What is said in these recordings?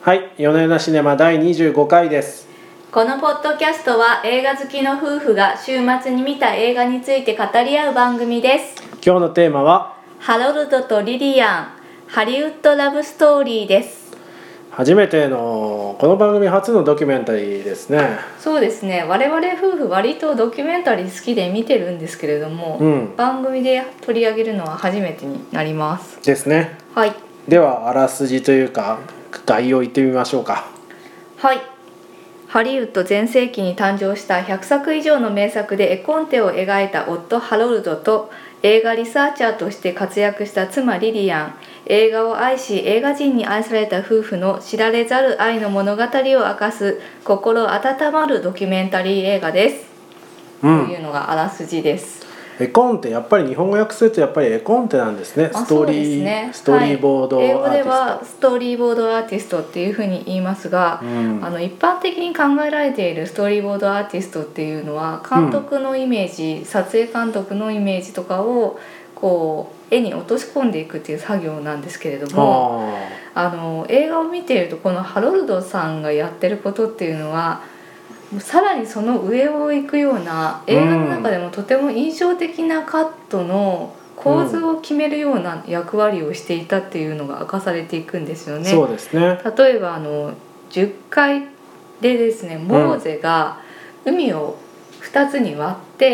はい、夜な夜なシネマ第25回です。 このポッドキャストは映画好きの夫婦が週末に見た映画について語り合う番組です。 今日のテーマはハロルドとリリアン、ハリウッドラブストーリーです。 初めてのこの番組初のドキュメンタリーですね。 そうですね、我々夫婦割とドキュメンタリー好きで見てるんですけれども、番組で取り上げるのは初めてになりますですね。 はい。 ではあらすじというか概要言ってみましょうか。 はい。ハリウッド全盛期に誕生した100作以上の名作で絵コンテを描いた夫ハロルドと映画リサーチャーとして活躍した妻リリアン、映画を愛し映画人に愛された夫婦の知られざる愛の物語を明かす心温まるドキュメンタリー映画です、というのがあらすじです。 絵コンテ、やっぱり日本語訳するとやっぱり絵コンテなんですね。ストーリーボードアーティスト、 英語ではストーリーボードアーティストっていうふうに言いますが、一般的に考えられているストーリーボードアーティストっていうのは監督のイメージ、撮影監督のイメージとかをこう絵に落とし込んでいくっていう作業なんですけれども、映画を見ているとこのハロルドさんがやってることっていうのはさらにその上を行くような、映画の中でもとても印象的なカットの構図を決めるような役割をしていたっていうのが明かされていくんですよね。 そうですね。 例えば10階でですね、モーゼが海を2つに割って、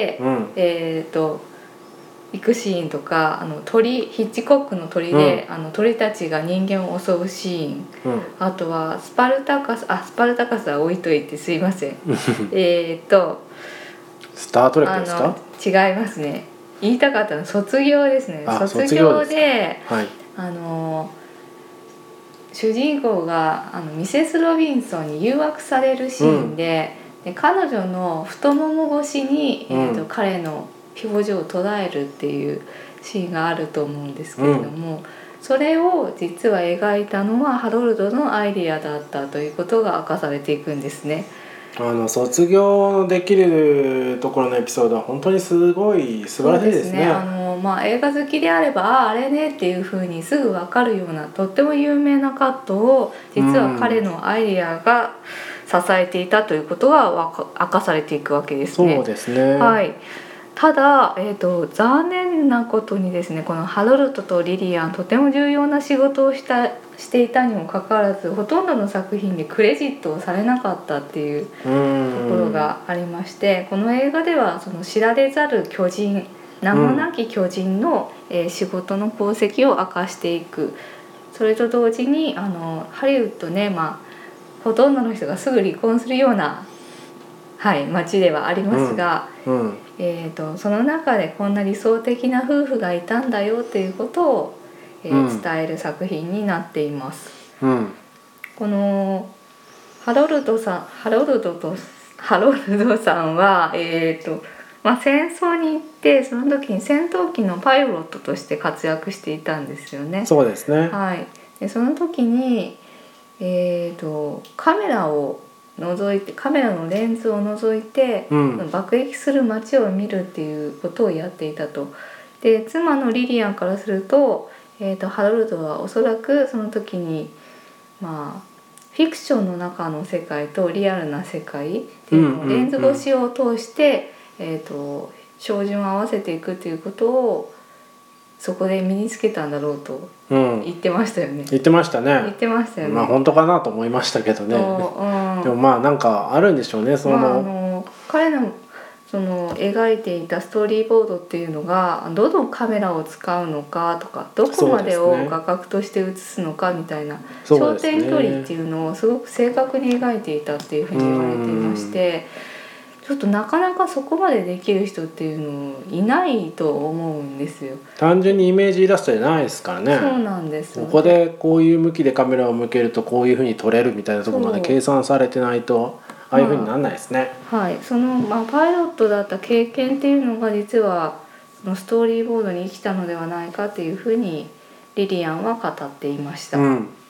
行くシーンとか、ヒッチコックの鳥で、鳥たちが人間を襲うシーン、あとはスパルタカスは置いといてすいませんスタートレックですか？ 違いますね。言いたかったのは卒業ですね。卒業で、主人公がミセス・ロビンソンに誘惑されるシーンで、彼女の太もも越しに、彼の表情を捉えるっていうシーンがあると思うんですけれども、それを実は描いたのはハロルドのアイディアだったということが明かされていくんですね。 卒業できるところのエピソードは本当にすごい素晴らしいですね。 映画好きであればあれねっていう風にすぐ分かるようなとっても有名なカットを実は彼のアイデアが支えていたということが明かされていくわけですね。 そうですね。 はい。ただ、残念なことにですね、このハロルドとリリアンとても重要な仕事をしていたにもかかわらず、ほとんどの作品にクレジットをされなかったっていうところがありまして、この映画ではその知られざる巨人、名もなき巨人の、仕事の功績を明かしていく。それと同時にハリウッドね、ほとんどの人がすぐ離婚するような街ではありますが、その中でこんな理想的な夫婦がいたんだよっていうことを、伝える作品になっています。このハロルドさんは、戦争に行ってその時に戦闘機のパイロットとして活躍していたんですよね。 そうですね。 でその時に、カメラのレンズを覗いて、爆撃する街を見るっていうことをやっていたと。で妻のリリアンからすると、ハロルドはおそらくその時にフィクションの中の世界とリアルな世界っていうのをレンズ越しを通して、照準を合わせていくっていうことをそこで身につけたんだろうと言ってましたよね。 言ってましたね。本当かなと思いましたけどね。でもなんかあるんでしょうね。 彼のその描いていたストーリーボードっていうのがどのカメラを使うのかとか、どこまでを画角として写すのかみたいな、焦点距離っていうのをすごく正確に描いていたっていうふうに言われていまして、ちょっとなかなかそこまでできる人っていうのいないと思うんですよ。 単純にイメージイラストじゃないですからね。 そうなんですよね。 ここでこういう向きでカメラを向けるとこういうふうに撮れるみたいなところまで計算されてないとああいうふうにならないですね。 そのパイロットだった経験っていうのが実はそのストーリーボードに生きたのではないかっていうふうにリリアンは語っていました。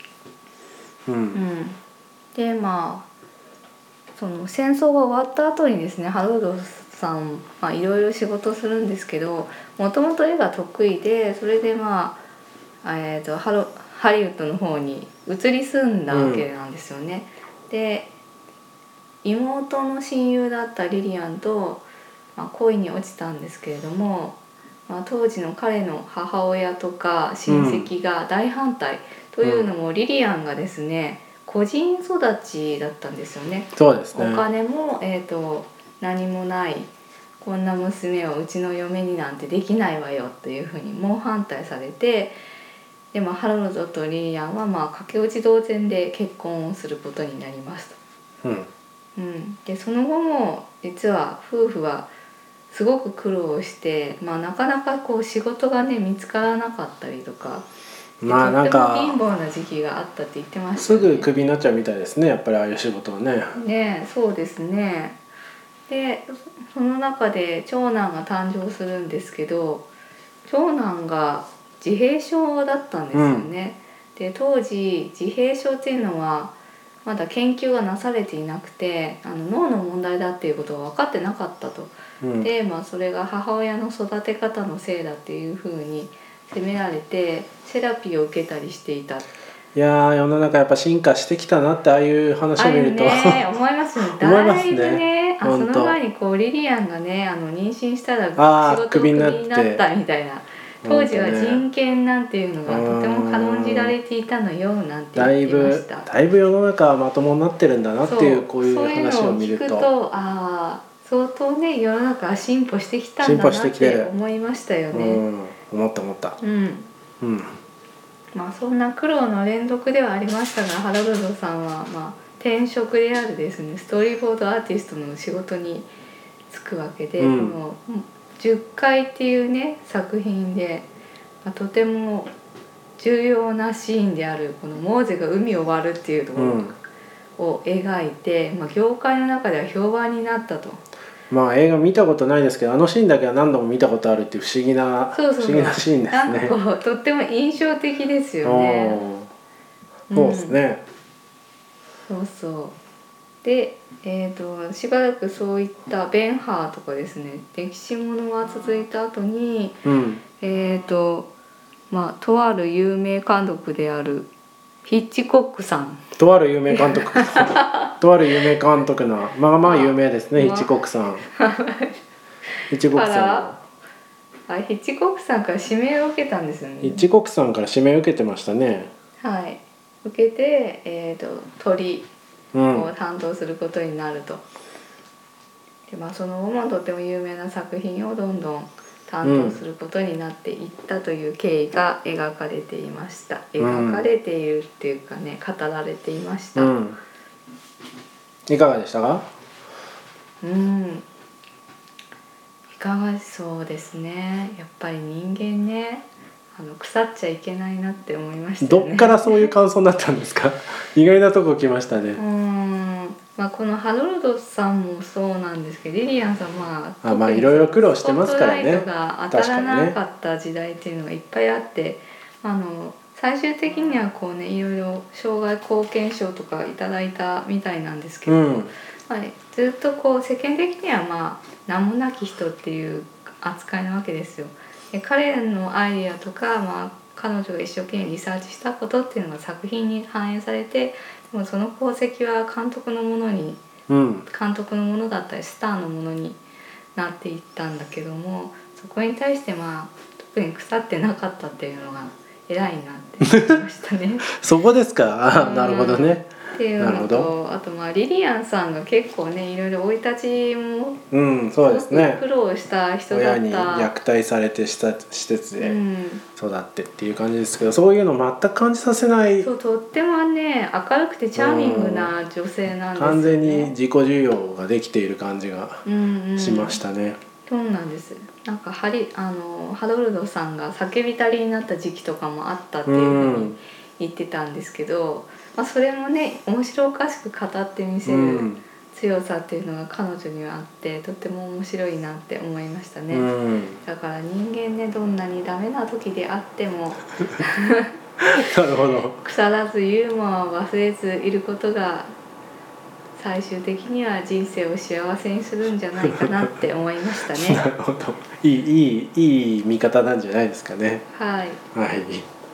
でその戦争が終わった後にですね、ハロルドさんいろいろ仕事するんですけど、もともと絵が得意で、それでハハリウッドの方に移り住んだわけなんですよね。で妹の親友だったリリアンと、恋に落ちたんですけれども、当時の彼の母親とか親戚が大反対、というのもリリアンがですね個人育ちだったんですよね。 そうですね。 お金も、何もないこんな娘をうちの嫁になんてできないわよというふうに猛反対されて、でもハロルドとリリアンは駆け落ち同然で結婚をすることになりますと。でその後も実は夫婦はすごく苦労して、なかなかこう仕事がね見つからなかったりとか、 なんかとっても貧乏な時期があったって言ってましたすぐクビになっちゃうみたいですね、やっぱりああいう仕事はね。 ね、そうですね。でその中で長男が誕生するんですけど、長男が自閉症だったんですよね。で当時自閉症っていうのはまだ研究がなされていなくて、脳の問題だっていうことが分かってなかったと。でそれが母親の育て方のせいだっていうふうに責められてセラピーを受けたりしていた。 いや世の中やっぱ進化してきたなって、ああいう話を見ると思いますよね。 思いますだいぶね。 その前にリリアンがね妊娠したら仕事をクビになったみたいな、当時は人権なんていうのがとても軽んじられていたのよなんて言っていました。 だいぶ世の中はまともになってるんだなっていう、こういう話を見ると、 そういうのを聞くと相当ね世の中は進歩してきたんだなって思いましたよね。 思った。 そんな苦労の連続ではありましたが、ハロルドさんは転職であるですねストーリーボードアーティストの仕事に就くわけで、この10階っていうね作品で、とても重要なシーンであるこのモーゼが海を割るっていうところを描いて、業界の中では評判になったと。 映画見たことないですけど、あのシーンだけは何度も見たことあるっていう不思議なシーンですね。 なんかとっても印象的ですよね。 そうですね。 で、しばらくそういったベンハーとかですね歴史ものが続いた後に、とある有名監督であるヒッチコックさんとある有名監督な有名ですね、ヒッチコックさんヒッチコックさんから指名を受けたんですよね。 ヒッチコックさんから指名を受けてましたね。 受けて、鳥を担当することになると。でその後もとても有名な作品をどんどん担当することになっていったという経緯が描かれていました。描かれているっていうかね、語られていました。 いかがでしたか？ いかがそうですね。やっぱり人間ね、腐っちゃいけないなって思いましたね。 どっからそういう感想になったんですか？意外なとこ来ましたね。 このハロルドさんもそうなんですけど、リリアンさんいろいろ苦労してますからね。 スポットライトが当たらなかった時代っていうのがいっぱいあって、最終的にはこうね、いろいろ障害貢献賞とかいただいたみたいなんですけど、ずっとこう世間的には名もなき人っていう扱いなわけですよ。で彼のアイデアとか、彼女が一生懸命リサーチしたことっていうのが作品に反映されて、でもその功績は監督のものだったりスターのものになっていったんだけども、そこに対して特に腐ってなかったっていうのが偉いなって思いましたね。 そこですか。なるほどね。 っていうのと、あとリリアンさんが結構ね、いろいろ生い立ちもそうですね、 苦労した人だった。 親に虐待されて施設で育ってっていう感じですけど、そういうの全く感じさせない。 とってもね、明るくてチャーミングな女性なんですよね。 完全に自己需要ができている感じがしましたね。 そうなんです。なんかハロルドさんが叫びたりになった時期とかもあったっていうふうに言ってたんですけど、それもね、面白おかしく語ってみせる強さっていうのが彼女にはあって、とっても面白いなって思いましたね。だから人間ね、どんなにダメな時であってもなるほど。 腐らずユーモアを忘れずいることが最終的には人生を幸せにするんじゃないかなって思いましたね。 なるほど。いい見方なんじゃないですかね。 はい。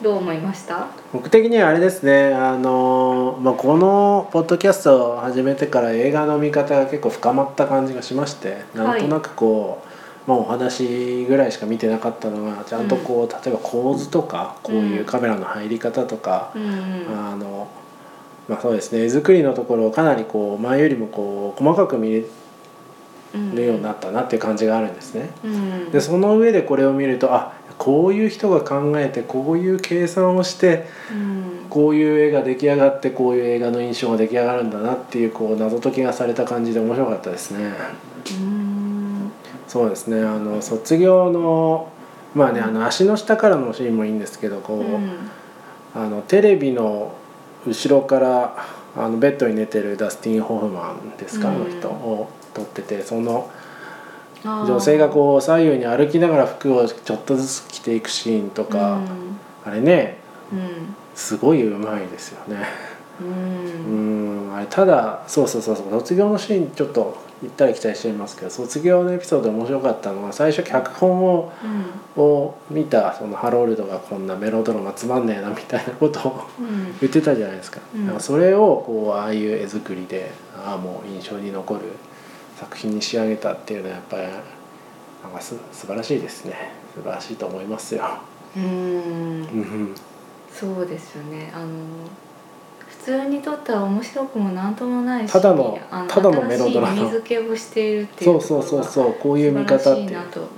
どう思いました？ 僕的にはあれですね、このポッドキャストを始めてから映画の見方が結構深まった感じがしまして、なんとなくこう、お話ぐらいしか見てなかったのがちゃんとこう、例えば構図とかこういうカメラの入り方とか、そうですね、絵作りのところをかなりこう前よりもこう細かく見れるようになったなっていう感じがあるんですね。でその上でこれを見ると、こういう人が考えてこういう計算をして、こういう絵が出来上がってこういう映画の印象が出来上がるんだなっていうこう謎解きがされた感じで面白かったですね。そうですね、卒業の足の下からのシーンもいいんですけど、こう、テレビの後ろからベッドに寝てるダスティン・ホフマンですか、あの人を撮ってて、その女性がこう左右に歩きながら服をちょっとずつ着ていくシーンとか、あれね、すごいうまいですよね。あれただそう卒業のシーンちょっと行ったり来たりしてますけど、卒業のエピソード面白かったのは最初脚本を見たそのハロルドがこんなメロドラマつまんねえなみたいなことを言ってたじゃないですか。それをこうああいう絵作りでもう印象に残る作品に仕上げたっていうのはやっぱりなんか素晴らしいですね。素晴らしいと思いますよ。 そうですよね。普通にとったら面白くもなんともないし、 ただのメロドラマ、 新しい意味付けをしているっていうところがそうこういう見方って素晴らしいなと思って、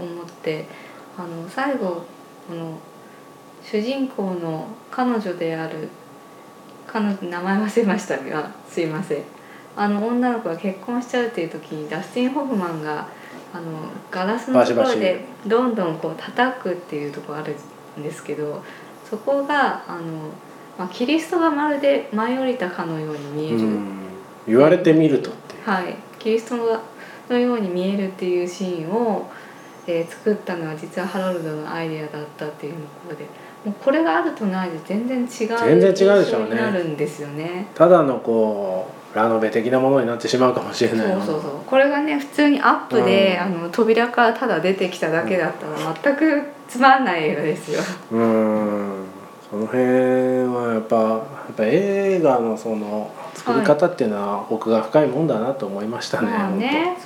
最後この主人公の彼女である名前忘れましたがすいません、女の子が結婚しちゃうっていう時にダスティン・ホフマンがガラスのところでどんどんこう叩くっていうところあるんですけど、そこがキリストがまるで舞い降りたかのように見える、 言われてみるとってキリストのように見えるっていうシーンを、作ったのは実はハロルドのアイデアだったっていうところで、もうこれがあるとないで全然違う印象になるんですよね。 ただのこうラノベ的なものになってしまうかもしれない。 これがね普通にアップで、扉からただ出てきただけだったら全くつまんない映画ですよ。 その辺はやっぱ映画のその作り方っていうのは奥が深いもんだなと思いましたね。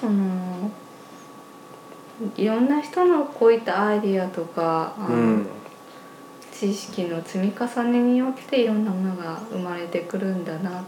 いろんな人のこういったアイディアとか知識の積み重ねによっていろんなものが生まれてくるんだなって、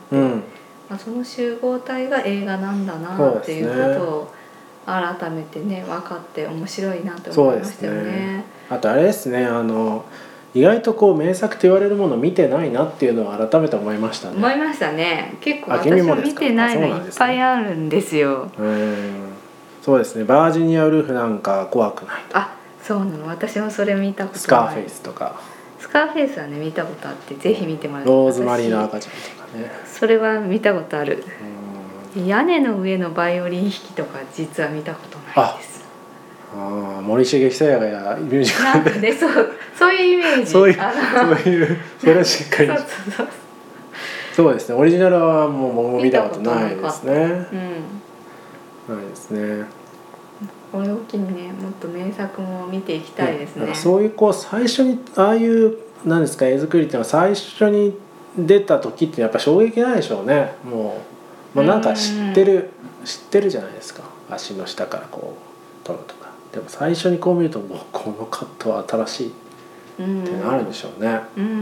その集合体が映画なんだなっていうことを改めてね分かって面白いなと思いましたよね。 あとあれですね、意外とこう名作と言われるものを見てないなっていうのを改めて思いましたね。 思いましたね。結構私も見てないのいっぱいあるんですよ。 そうですね、バージニア・ウルフなんか怖くない。 そうなの、私もそれ見たことない。 スカーフェイスとか。 スカーフェイスはね見たことあってぜひ見てもらいたい。 ローズマリーの赤ちゃんとかね。 それは見たことある。屋根の上のバイオリン弾きとか実は見たことないです。 森重久彌がミュージカルで。 なんでそういうイメージ。 それはしっかり。そうですね、オリジナルはもう見たことないですね。ないですね。 これを機にねもっと名作も見ていきたいですね。 そういうこう最初にああいう何ですか絵作りっていうのは最初に出た時ってやっぱ衝撃ないでしょうね。もうなんか知ってるじゃないですか。足の下からこう撮るとか。でも最初にこう見るともうこのカットは新しいってなるんでしょうね。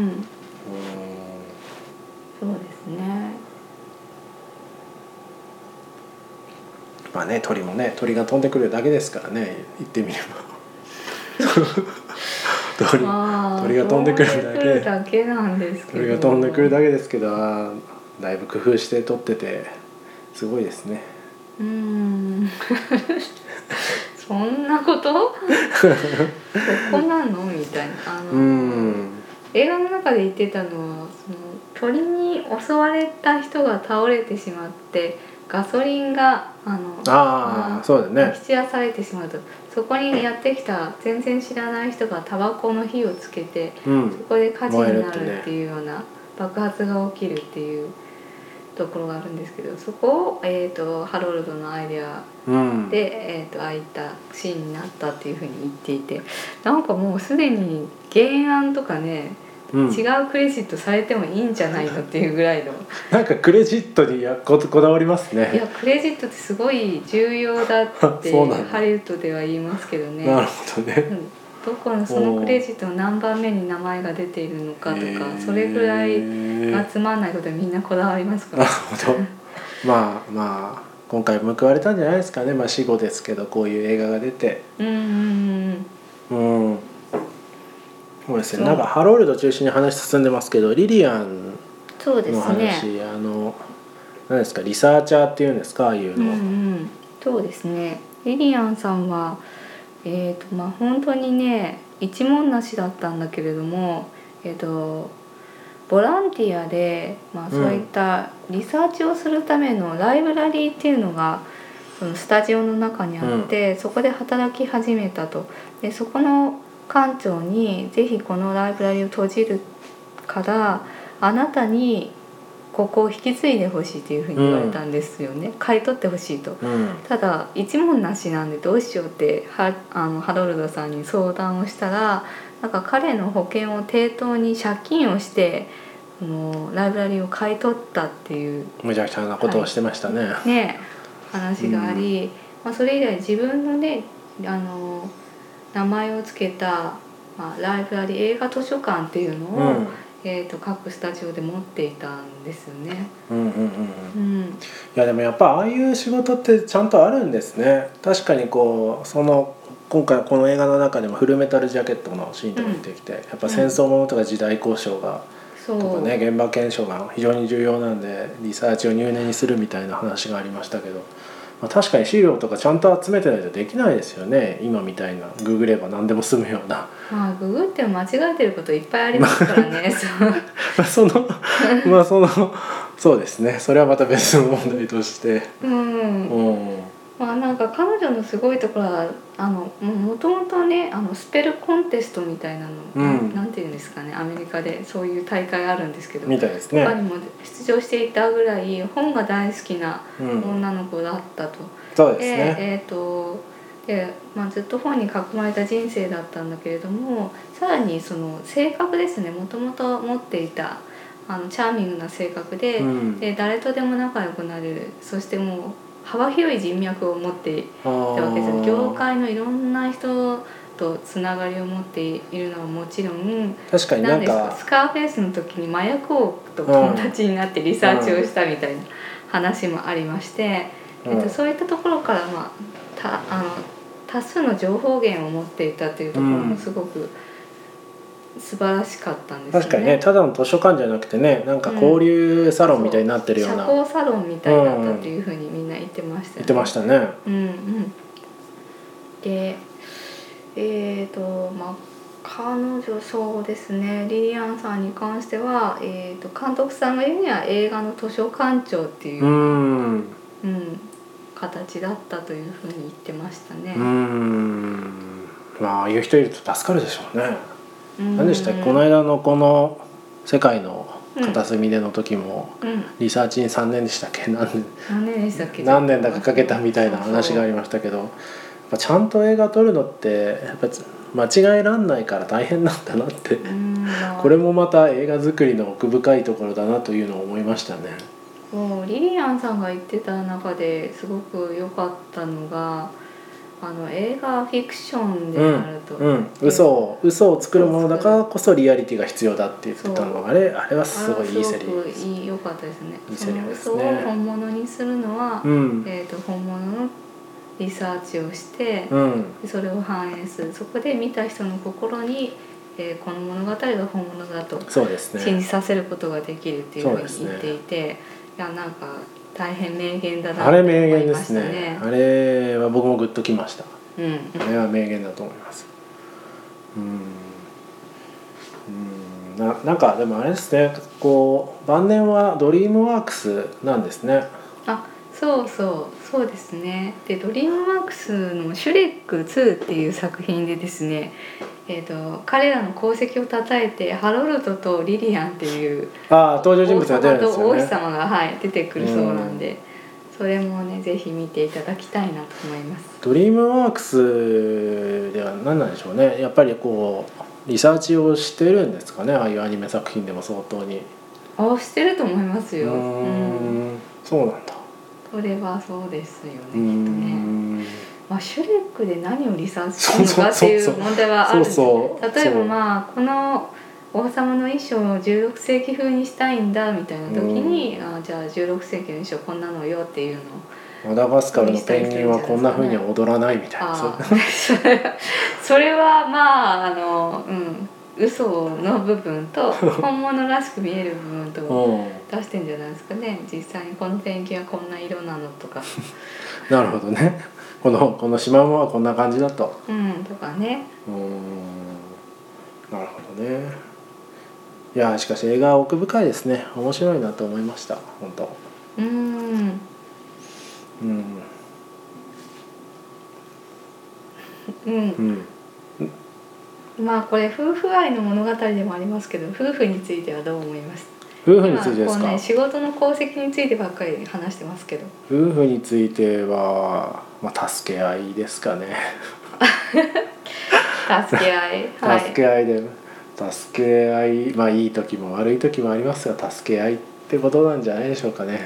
そうですね。 鳥が飛んでくるだけですからね、言ってみれば鳥が飛んでくるだけなんですけど、鳥が飛んでくるだけですけど、だいぶ工夫して撮っててすごいですね。 そんなことそこなのみたいな。映画の中で言ってたのはその鳥に襲われた人が倒れてしまってガソリンがそうだね、 まき散らされてしまうと、そこにやってきた全然知らない人がタバコの火をつけて、そこで火事になるっていうような爆発が起きるっていうところがあるんですけど、そこを、ハロルドのアイデアで、ああいったシーンになったっていうふうに言っていて、なんかもうすでに原案とかね違うクレジットされてもいいんじゃないのっていうぐらいのなんかクレジットにこだわりますね。 いやクレジットってすごい重要だってハリウッドでは言いますけどね。 なるほどね、 どこのそのクレジットの何番目に名前が出ているのかとか、それぐらいがつまんないことでみんなこだわりますから。 なるほどまあ今回報われたんじゃないですかね。死後ですけどこういう映画が出てそうですね。なんかハロルド中心に話進んでますけど、リリアンの話、何ですか、リサーチャーっていうんですか、ああいうの。 そうですね。リリアンさんは本当にね一文無しだったんだけれども、ボランティアで、そういったリサーチをするためのライブラリーっていうのがそのスタジオの中にあって、そこで働き始めたと。でそこの館長にぜひこのライブラリーを閉じるからあなたにここを引き継いでほしいというふうに言われたんですよね。買い取ってほしいと。ただ一文なしなんでどうしようってハロルドさんに相談をしたら、なんか彼の保険を抵当に借金をしてライブラリーを買い取ったっていうむちゃくちゃなことをしてましたね。 話があり、それ以来自分のね名前を付けた、ライブラリー映画図書館っていうのを、各スタジオで持っていたんですよね。いやでもやっぱああいう仕事ってちゃんとあるんですね。確かに今回この映画の中でもフルメタルジャケットのシーンとか出てきて、やっぱ戦争ものとか時代交渉が、とかね、現場検証が非常に重要なんでリサーチを入念にするみたいな話がありましたけど、確かに資料とかちゃんと集めてないとできないですよね。今みたいなググれば何でも済むような。 ググっても間違えてることいっぱいありますからね。 そうですね。それはまた別の問題として。 なんか彼女のすごいところはもともとねスペルコンテストみたいなの、なんていうんですかね、アメリカでそういう大会あるんですけど、 みたいですね。 他にも出場していたぐらい本が大好きな女の子だったと。 そうですね。 ずっと本に囲まれた人生だったんだけれども、さらにその性格ですね、もともと持っていたチャーミングな性格で、誰とでも仲良くなれる、そしてもう幅広い人脈を持っていたわけですよ。業界のいろんな人とつながりを持っているのはもちろん、 確かになんかスカーフェイスの時に麻薬王と友達になってリサーチをしたみたいな話もありまして、そういったところから多数の情報源を持っていたというところもすごく素晴らしかったんですよね。 確かにね、ただの図書館じゃなくてね、なんか交流サロンみたいになってるような、 社交サロンみたいだったっていうふうにみんな言ってましたよね。 言ってましたね。 で彼女、そうですね、リリアンさんに関しては、監督さんが言うには映画の図書館長っていう、形だったというふうに言ってましたね。 ああいう人いると助かるでしょうね。何でしたっけ、この間のこの世界の片隅での時も、リサーチに3年でしたっけ、何年でしたっけ、何年だかかけたみたいな話がありましたけど、やっぱちゃんと映画撮るのってやっぱ間違えらんないから大変なんだなって、これもまた映画作りの奥深いところだなというのを思いましたね。 リリアンさんが言ってた中ですごく良かったのが、映画フィクションであると、 嘘を作るものだからこそリアリティが必要だって言ってたのが、あれはすごいいいセリフです。 良かったですね。 いいセリフですね。 その嘘を本物にするのは、本物のリサーチをして、それを反映する、そこで見た人の心に、この物語が本物だと信じさせることができるっていうふうに言っていて、いやなんか大変名言だなと思いましたね。あれ名言ですね。 あれは僕もグッときました。あれは名言だと思います。なんかでもあれですね、晩年はドリームワークスなんですね。 そうですね。でドリームワークスの「シュレック2」っていう作品でですね、彼らの功績をたたえてハロルドとリリアンっていう登場人物が出るんですよね。 王子様が、出てくるそうなんで、それもねぜひ見ていただきたいなと思います。 ドリームワークスでは何なんでしょうね。やっぱりリサーチをしてるんですかね、ああいうアニメ作品でも相当に。 してると思いますよ。 そうなんだ。 それはそうですよね、きっとね。シュレックで何をリサーチするのかっていう問題はあるんです。例えばこの王様の衣装を16世紀風にしたいんだみたいな時に、じゃあ16世紀の衣装こんなのよっていうのを、 マダガスカルのペンギンはこんな風には踊らないみたいな。 それは嘘の部分と本物らしく見える部分と出してんじゃないですかね。実際にこのペンギンはこんな色なのとかなるほどね。このシマウマはこんな感じだと。 とかね。 なるほどね。いやしかし映画は奥深いですね。面白いなと思いました本当。 これ夫婦愛の物語でもありますけど、夫婦についてはどう思います？ 夫婦についてですか？ 仕事の功績についてばっかり話してますけど。 夫婦については、助け合いですかね。 助け合い、 助け合いで、助け合い、いい時も悪い時もありますが、助け合いってことなんじゃないでしょうかね。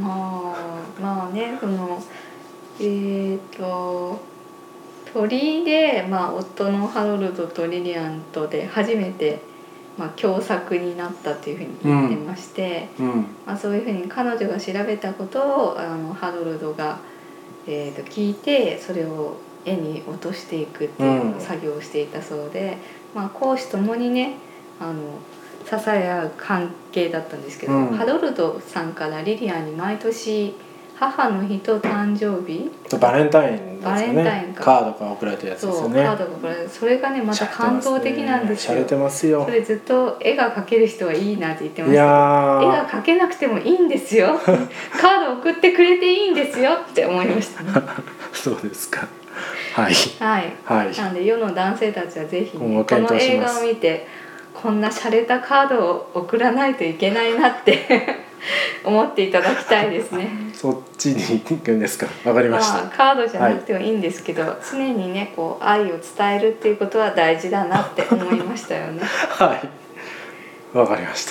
鳥で、夫のハロルドとリリアントで初めて、共作になったっていうふうに言ってまして、そういうふうに彼女が調べたことをハロルドが、聞いて、それを絵に落としていくっていう作業をしていたそうで、公私ともにね支え合う関係だったんですけど、ハロルドさんからリリアンに毎年母の日と誕生日バレンタインですね。カードが送られたやつですよね。 カードが送られて、それがねまた感動的なんですよ。 洒落てますよ。 それずっと絵が描ける人はいいなって言ってました。絵が描けなくてもいいんですよ。カード送ってくれていいんですよって思いましたね。 そうですか。はい。 なんで世の男性たちはぜひ、ね、この映画を見てこんな洒落たカードを送らないといけないなって思っていただきたいですね。 そっちに行くんですか。わかりました。 カードじゃなくてもいいんですけど、常にねこう愛を伝えるっていうことは大事だなって思いましたよね。 わかりました。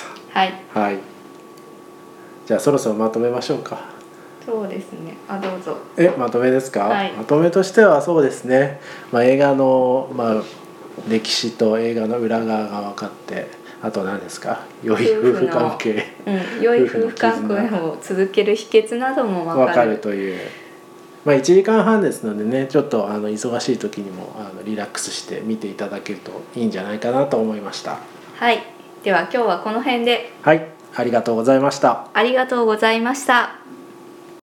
じゃあそろそろまとめましょうか。 そうですね。どうぞ。 まとめですか。まとめとしてはそうですね。映画の歴史と映画の裏側が分かって、あと何ですか、良い夫婦関係、 良い夫婦関係を続ける秘訣なども分かるという、1時間半ですのでね、ちょっと忙しい時にもリラックスして見ていただけるといいんじゃないかなと思いました。 では今日はこの辺で。 ありがとうございました。 ありがとうございました。